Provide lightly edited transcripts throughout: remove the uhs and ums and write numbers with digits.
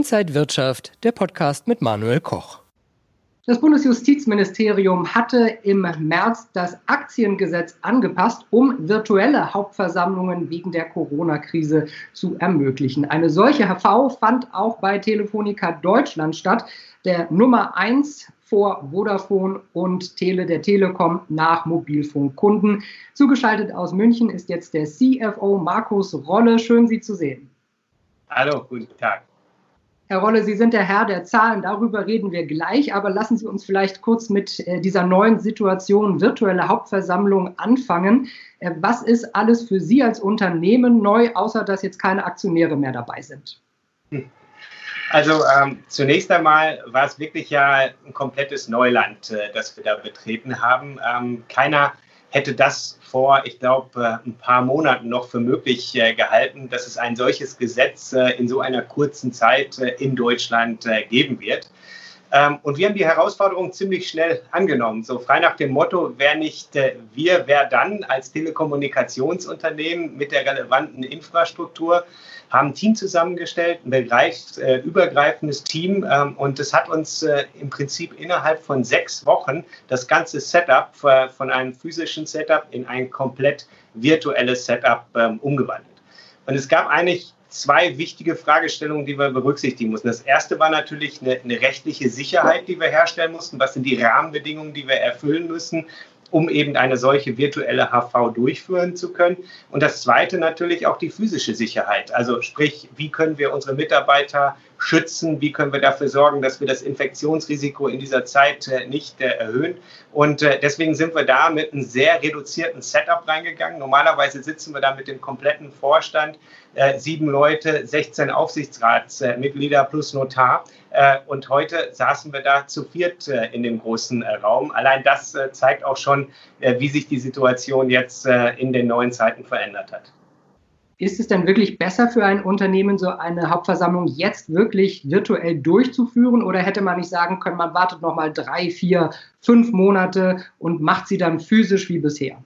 Inside Wirtschaft, der Podcast mit Manuel Koch. Das Bundesjustizministerium hatte im März das Aktiengesetz angepasst, um virtuelle Hauptversammlungen wegen der Corona-Krise zu ermöglichen. Eine solche HV fand auch bei Telefonica Deutschland statt, der Nummer 1 vor Vodafone und der Telekom nach Mobilfunkkunden. Zugeschaltet aus München ist jetzt der CFO Markus Rolle. Schön, Sie zu sehen. Hallo, guten Tag. Herr Rolle, Sie sind der Herr der Zahlen, darüber reden wir gleich, aber lassen Sie uns vielleicht kurz mit dieser neuen Situation virtuelle Hauptversammlung anfangen. Was ist alles für Sie als Unternehmen neu, außer dass jetzt keine Aktionäre mehr dabei sind? Also zunächst einmal war es wirklich ja ein komplettes Neuland, das wir da betreten haben. Keiner hätte das vor, ich glaube, ein paar Monaten noch für möglich gehalten, dass es ein solches Gesetz in so einer kurzen Zeit in Deutschland geben wird. Und wir haben die Herausforderung ziemlich schnell angenommen. So frei nach dem Motto, wer nicht wir, wer dann als Telekommunikationsunternehmen mit der relevanten Infrastruktur, haben ein Team zusammengestellt, ein übergreifendes Team. Und es hat uns im Prinzip innerhalb von 6 Wochen das ganze Setup von einem physischen Setup in ein komplett virtuelles Setup umgewandelt. Und es gab eigentlich 2 wichtige Fragestellungen, die wir berücksichtigen mussten. Das erste war natürlich eine rechtliche Sicherheit, die wir herstellen mussten. Was sind die Rahmenbedingungen, die wir erfüllen müssen, um eben eine solche virtuelle HV durchführen zu können? Und das zweite natürlich auch die physische Sicherheit. Also sprich, wie können wir unsere Mitarbeiter schützen? Wie können wir dafür sorgen, dass wir das Infektionsrisiko in dieser Zeit nicht erhöhen? Und deswegen sind wir da mit einem sehr reduzierten Setup reingegangen. Normalerweise sitzen wir da mit dem kompletten Vorstand, 7 Leute, 16 Aufsichtsratsmitglieder plus Notar. Und heute saßen wir da zu 4 in dem großen Raum. Allein das zeigt auch schon, wie sich die Situation jetzt in den neuen Zeiten verändert hat. Ist es denn wirklich besser für ein Unternehmen, so eine Hauptversammlung jetzt wirklich virtuell durchzuführen? Oder hätte man nicht sagen können, man wartet noch mal 3, 4, 5 Monate und macht sie dann physisch wie bisher?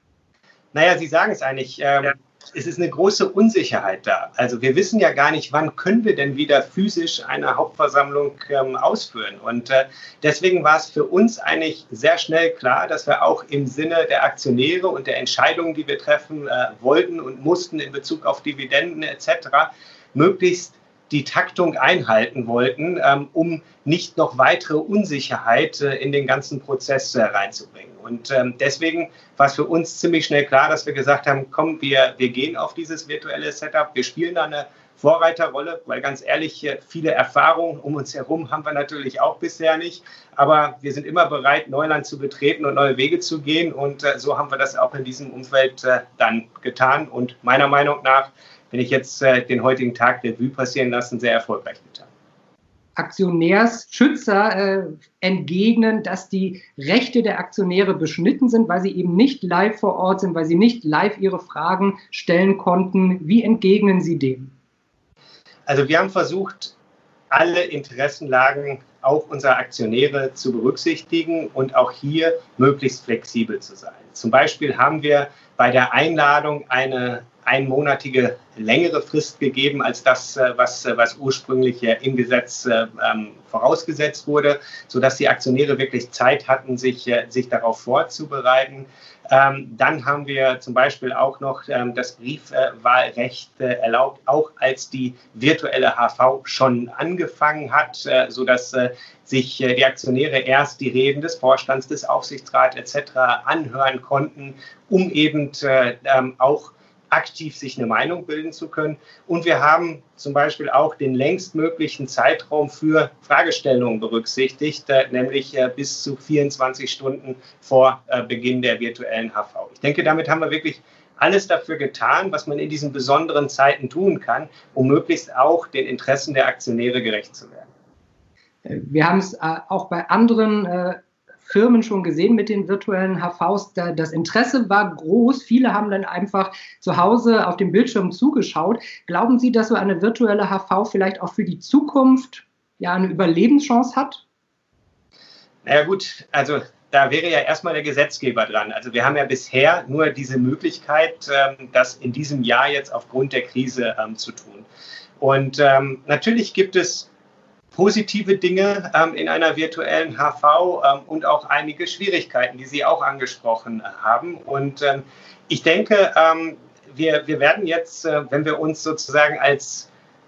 Naja, Sie sagen es eigentlich. Es ist eine große Unsicherheit da. Also wir wissen ja gar nicht, wann können wir denn wieder physisch eine Hauptversammlung ausführen. Und deswegen war es für uns eigentlich sehr schnell klar, dass wir auch im Sinne der Aktionäre und der Entscheidungen, die wir treffen wollten und mussten in Bezug auf Dividenden etc., möglichst die Taktung einhalten wollten, um nicht noch weitere Unsicherheit in den ganzen Prozess reinzubringen. Und deswegen war es für uns ziemlich schnell klar, dass wir gesagt haben, komm, wir gehen auf dieses virtuelle Setup, wir spielen da eine Vorreiterrolle, weil ganz ehrlich, viele Erfahrungen um uns herum haben wir natürlich auch bisher nicht, aber wir sind immer bereit, Neuland zu betreten und neue Wege zu gehen, und so haben wir das auch in diesem Umfeld dann getan, und meiner Meinung nach, wenn ich jetzt den heutigen Tag Revue passieren lassen, sehr erfolgreich getan. Aktionärsschützer entgegnen, dass die Rechte der Aktionäre beschnitten sind, weil sie eben nicht live vor Ort sind, weil sie nicht live ihre Fragen stellen konnten. Wie entgegnen Sie dem? Also wir haben versucht, alle Interessenlagen auch unserer Aktionäre zu berücksichtigen und auch hier möglichst flexibel zu sein. Zum Beispiel haben wir bei der Einladung eine einmonatige längere Frist gegeben als das, was ursprünglich im Gesetz vorausgesetzt wurde, sodass die Aktionäre wirklich Zeit hatten, sich darauf vorzubereiten. Dann haben wir zum Beispiel auch noch das Briefwahlrecht erlaubt, auch als die virtuelle HV schon angefangen hat, sodass sich die Aktionäre erst die Reden des Vorstands, des Aufsichtsrats etc. anhören konnten, um eben auch aktiv sich eine Meinung bilden zu können. Und wir haben zum Beispiel auch den längstmöglichen Zeitraum für Fragestellungen berücksichtigt, nämlich bis zu 24 Stunden vor Beginn der virtuellen HV. Ich denke, damit haben wir wirklich alles dafür getan, was man in diesen besonderen Zeiten tun kann, um möglichst auch den Interessen der Aktionäre gerecht zu werden. Wir haben es auch bei anderen Firmen schon gesehen mit den virtuellen HVs. Das Interesse war groß. Viele haben dann einfach zu Hause auf dem Bildschirm zugeschaut. Glauben Sie, dass so eine virtuelle HV vielleicht auch für die Zukunft ja eine Überlebenschance hat? Naja gut, also da wäre ja erstmal der Gesetzgeber dran. Also wir haben ja bisher nur diese Möglichkeit, das in diesem Jahr jetzt aufgrund der Krise zu tun. Und natürlich gibt es positive Dinge in einer virtuellen HV und auch einige Schwierigkeiten, die Sie auch angesprochen haben. Und ich denke, wir werden jetzt, wenn wir uns sozusagen als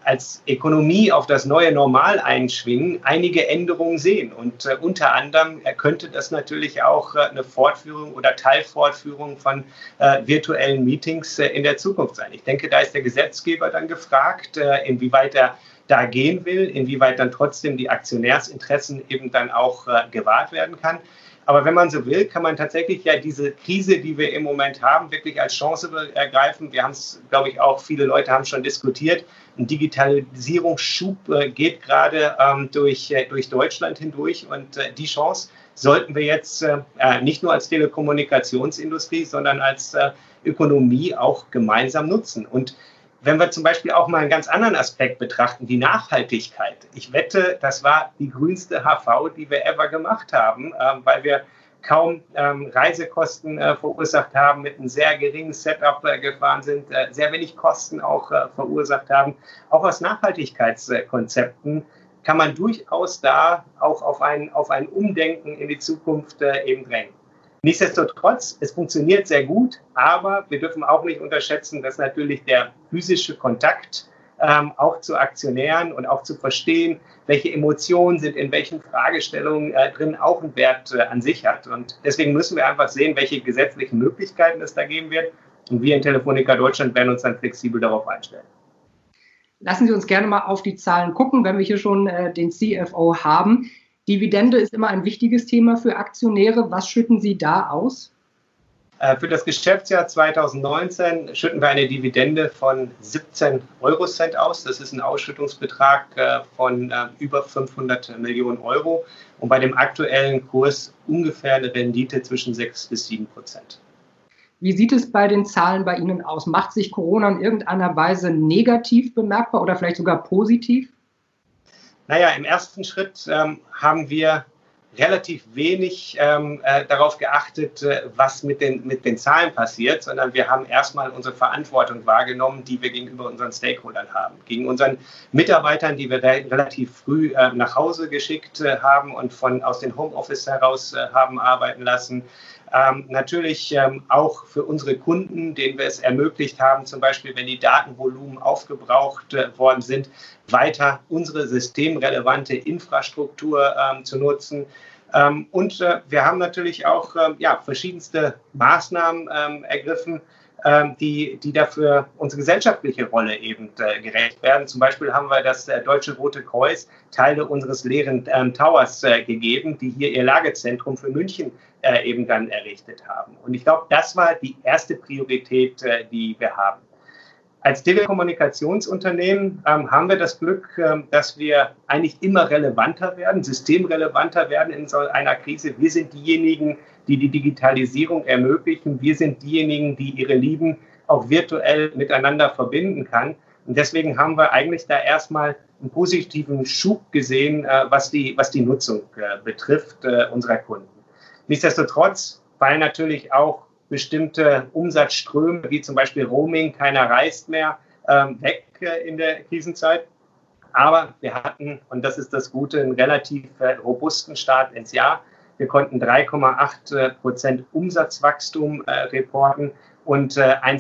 Ökonomie auf das neue Normal einschwingen, einige Änderungen sehen. Und unter anderem könnte das natürlich auch eine Fortführung oder Teilfortführung von virtuellen Meetings in der Zukunft sein. Ich denke, da ist der Gesetzgeber dann gefragt, inwieweit er da gehen will, inwieweit dann trotzdem die Aktionärsinteressen eben dann auch gewahrt werden kann. Aber wenn man so will, kann man tatsächlich ja diese Krise, die wir im Moment haben, wirklich als Chance ergreifen. Wir haben es, glaube ich, auch viele Leute haben schon diskutiert. Ein Digitalisierungsschub geht gerade durch Deutschland hindurch. Und die Chance sollten wir jetzt nicht nur als Telekommunikationsindustrie, sondern als Ökonomie auch gemeinsam nutzen. Und wenn wir zum Beispiel auch mal einen ganz anderen Aspekt betrachten, die Nachhaltigkeit. Ich wette, das war die grünste HV, die wir ever gemacht haben, weil wir kaum Reisekosten verursacht haben, mit einem sehr geringen Setup gefahren sind, sehr wenig Kosten auch verursacht haben. Auch aus Nachhaltigkeitskonzepten kann man durchaus da auch auf ein Umdenken in die Zukunft eben drängen. Nichtsdestotrotz, es funktioniert sehr gut, aber wir dürfen auch nicht unterschätzen, dass natürlich der physische Kontakt auch zu Aktionären und auch zu verstehen, welche Emotionen sind in welchen Fragestellungen drin, auch einen Wert an sich hat. Und deswegen müssen wir einfach sehen, welche gesetzlichen Möglichkeiten es da geben wird. Und wir in Telefonica Deutschland werden uns dann flexibel darauf einstellen. Lassen Sie uns gerne mal auf die Zahlen gucken, wenn wir hier schon den CFO haben. Dividende ist immer ein wichtiges Thema für Aktionäre. Was schütten Sie da aus? Für das Geschäftsjahr 2019 schütten wir eine Dividende von 17 Eurocent aus. Das ist ein Ausschüttungsbetrag von über 500 Millionen Euro und bei dem aktuellen Kurs ungefähr eine Rendite zwischen 6-7%. Wie sieht es bei den Zahlen bei Ihnen aus? Macht sich Corona in irgendeiner Weise negativ bemerkbar oder vielleicht sogar positiv? Naja, im ersten Schritt haben wir relativ wenig darauf geachtet, was mit den Zahlen passiert, sondern wir haben erstmal unsere Verantwortung wahrgenommen, die wir gegenüber unseren Stakeholdern haben. Gegen unseren Mitarbeitern, die wir relativ früh nach Hause geschickt haben und aus den Homeoffice heraus haben arbeiten lassen. Natürlich auch für unsere Kunden, denen wir es ermöglicht haben, zum Beispiel, wenn die Datenvolumen aufgebraucht worden sind, weiter unsere systemrelevante Infrastruktur zu nutzen. Und wir haben natürlich auch verschiedenste Maßnahmen ergriffen, die dafür unsere gesellschaftliche Rolle eben gerecht werden. Zum Beispiel haben wir das Deutsche Rote Kreuz Teile unseres leeren Towers gegeben, die hier ihr Lagezentrum für München eben dann errichtet haben. Und ich glaube, das war die erste Priorität, die wir haben. Als Telekommunikationsunternehmen haben wir das Glück, dass wir eigentlich immer relevanter werden, systemrelevanter werden in so einer Krise. Wir sind diejenigen, die die Digitalisierung ermöglichen. Wir sind diejenigen, die ihre Lieben auch virtuell miteinander verbinden kann. Und deswegen haben wir eigentlich da erstmal einen positiven Schub gesehen, was die Nutzung betrifft unserer Kunden. Nichtsdestotrotz, weil natürlich auch bestimmte Umsatzströme, wie zum Beispiel Roaming, keiner reist mehr, weg in der Krisenzeit. Aber wir hatten, und das ist das Gute, einen relativ robusten Start ins Jahr. Wir konnten 3,8% Umsatzwachstum reporten und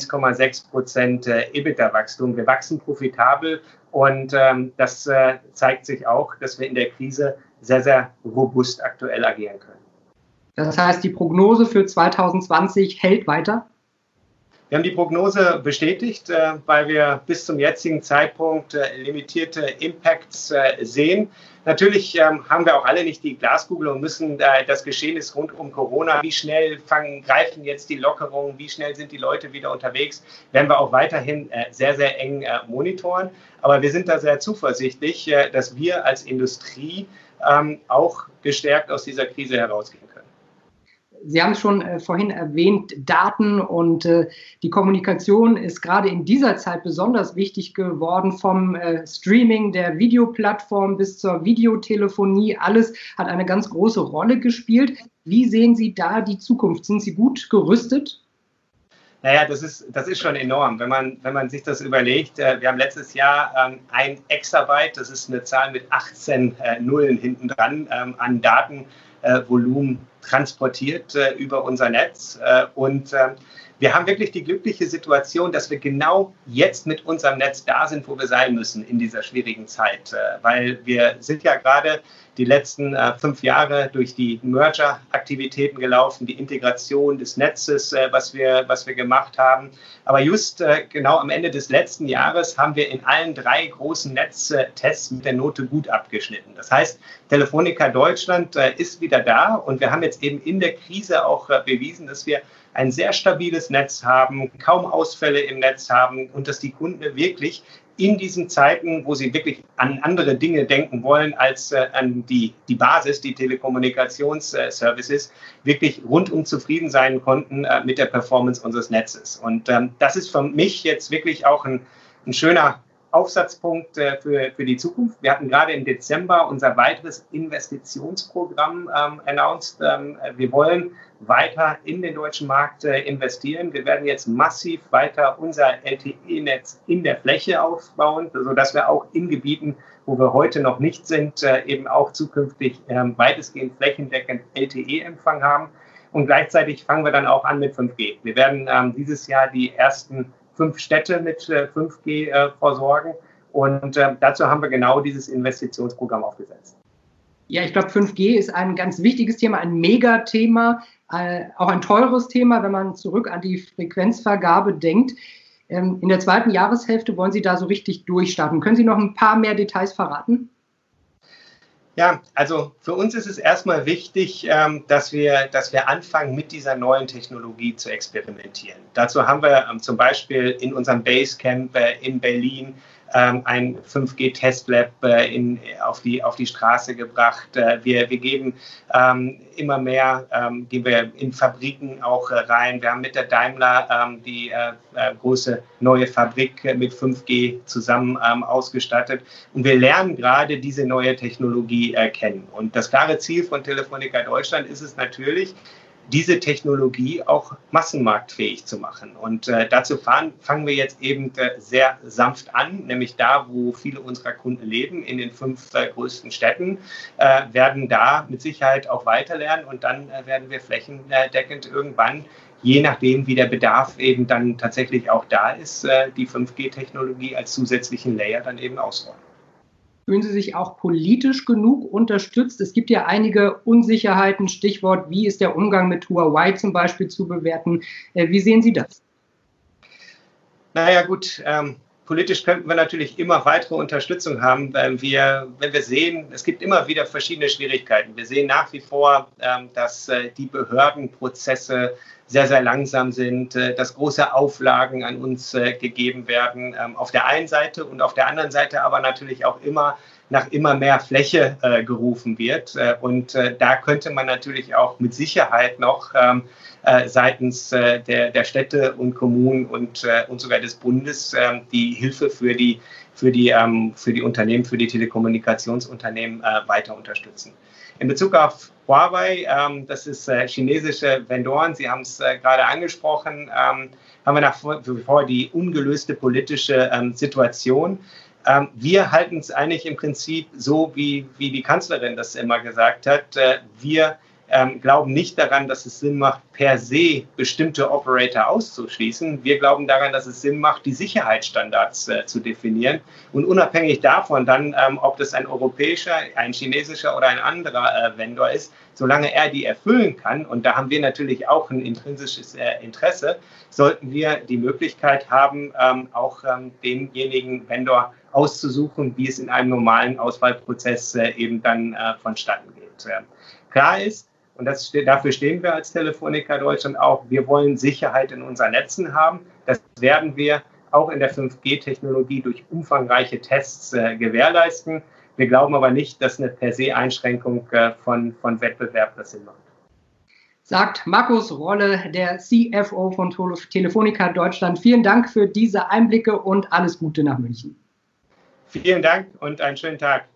1,6% EBITDA-Wachstum. Wir wachsen profitabel und das zeigt sich auch, dass wir in der Krise sehr, sehr robust aktuell agieren können. Das heißt, die Prognose für 2020 hält weiter? Wir haben die Prognose bestätigt, weil wir bis zum jetzigen Zeitpunkt limitierte Impacts sehen. Natürlich haben wir auch alle nicht die Glaskugel und müssen das Geschehnis rund um Corona, wie schnell greifen jetzt die Lockerungen, wie schnell sind die Leute wieder unterwegs, werden wir auch weiterhin sehr, sehr eng monitoren. Aber wir sind da sehr zuversichtlich, dass wir als Industrie auch gestärkt aus dieser Krise herausgehen können. Sie haben es schon vorhin erwähnt, Daten und die Kommunikation ist gerade in dieser Zeit besonders wichtig geworden, vom Streaming der Videoplattform bis zur Videotelefonie. Alles hat eine ganz große Rolle gespielt. Wie sehen Sie da die Zukunft? Sind Sie gut gerüstet? Naja, das ist schon enorm, wenn man sich das überlegt. Wir haben letztes Jahr 1 Exabyte, das ist eine Zahl mit 18 Nullen hinten dran, an Datenvolumen transportiert über unser Netz. Und wir haben wirklich die glückliche Situation, dass wir genau jetzt mit unserem Netz da sind, wo wir sein müssen in dieser schwierigen Zeit. Weil wir sind ja gerade die letzten 5 Jahre durch die Merger-Aktivitäten gelaufen, die Integration des Netzes, was wir gemacht haben. Aber just genau am Ende des letzten Jahres haben wir in allen 3 großen Netztests mit der Note gut abgeschnitten. Das heißt, Telefonica Deutschland ist wieder da und wir haben jetzt eben in der Krise auch bewiesen, dass wir ein sehr stabiles Netz haben, kaum Ausfälle im Netz haben und dass die Kunden wirklich in diesen Zeiten, wo sie wirklich an andere Dinge denken wollen als an die Basis, die Telekommunikationsservices, wirklich rundum zufrieden sein konnten mit der Performance unseres Netzes. Und das ist für mich jetzt wirklich auch ein schöner Aufsatzpunkt für die Zukunft. Wir hatten gerade im Dezember unser weiteres Investitionsprogramm announced. Wir wollen weiter in den deutschen Markt investieren. Wir werden jetzt massiv weiter unser LTE-Netz in der Fläche aufbauen, sodass wir auch in Gebieten, wo wir heute noch nicht sind, eben auch zukünftig weitestgehend flächendeckend LTE-Empfang haben. Und gleichzeitig fangen wir dann auch an mit 5G. Wir werden dieses Jahr die ersten 5 Städte mit 5G versorgen. Und dazu haben wir genau dieses Investitionsprogramm aufgesetzt. Ja, ich glaube, 5G ist ein ganz wichtiges Thema, ein Megathema, auch ein teures Thema, wenn man zurück an die Frequenzvergabe denkt. In der 2. Jahreshälfte wollen Sie da so richtig durchstarten. Können Sie noch ein paar mehr Details verraten? Ja, also für uns ist es erstmal wichtig, dass wir anfangen, mit dieser neuen Technologie zu experimentieren. Dazu haben wir zum Beispiel in unserem Basecamp in Berlin ein 5G-Testlab auf die Straße gebracht. Wir geben immer mehr, gehen wir in Fabriken auch rein. Wir haben mit der Daimler die große neue Fabrik mit 5G zusammen ausgestattet. Und wir lernen gerade diese neue Technologie kennen. Und das klare Ziel von Telefonica Deutschland ist es natürlich, diese Technologie auch massenmarktfähig zu machen. Und dazu fangen wir jetzt eben sehr sanft an, nämlich da, wo viele unserer Kunden leben, in den 5 größten Städten, werden da mit Sicherheit auch weiter lernen und dann werden wir flächendeckend irgendwann, je nachdem, wie der Bedarf eben dann tatsächlich auch da ist, die 5G-Technologie als zusätzlichen Layer dann eben ausrollen. Fühlen Sie sich auch politisch genug unterstützt? Es gibt ja einige Unsicherheiten, Stichwort, wie ist der Umgang mit Huawei zum Beispiel zu bewerten? Wie sehen Sie das? Naja gut, politisch könnten wir natürlich immer weitere Unterstützung haben, wenn wir sehen, es gibt immer wieder verschiedene Schwierigkeiten. Wir sehen nach wie vor, dass die Behördenprozesse sehr, sehr langsam sind, dass große Auflagen an uns gegeben werden auf der einen Seite und auf der anderen Seite aber natürlich auch immer nach immer mehr Fläche gerufen wird. Und da könnte man natürlich auch mit Sicherheit noch seitens der Städte und Kommunen und sogar des Bundes die Hilfe für die Unternehmen, für die Telekommunikationsunternehmen weiter unterstützen. In Bezug auf Huawei, das ist chinesische Vendoren, Sie haben es gerade angesprochen, haben wir nach wie vor die ungelöste politische Situation. Wir halten es eigentlich im Prinzip so, wie die Kanzlerin das immer gesagt hat. Wir glauben nicht daran, dass es Sinn macht, per se bestimmte Operator auszuschließen. Wir glauben daran, dass es Sinn macht, die Sicherheitsstandards zu definieren. Und unabhängig davon dann, ob das ein europäischer, ein chinesischer oder ein anderer Vendor ist, solange er die erfüllen kann, und da haben wir natürlich auch ein intrinsisches Interesse, sollten wir die Möglichkeit haben, auch denjenigen Vendor auszusuchen, wie es in einem normalen Auswahlprozess eben dann vonstatten geht. Klar ist, und dafür stehen wir als Telefonica Deutschland auch, wir wollen Sicherheit in unseren Netzen haben. Das werden wir auch in der 5G-Technologie durch umfangreiche Tests gewährleisten. Wir glauben aber nicht, dass eine per se Einschränkung von Wettbewerb das Sinn macht. Sagt Markus Rolle, der CFO von Telefonica Deutschland. Vielen Dank für diese Einblicke und alles Gute nach München. Vielen Dank und einen schönen Tag.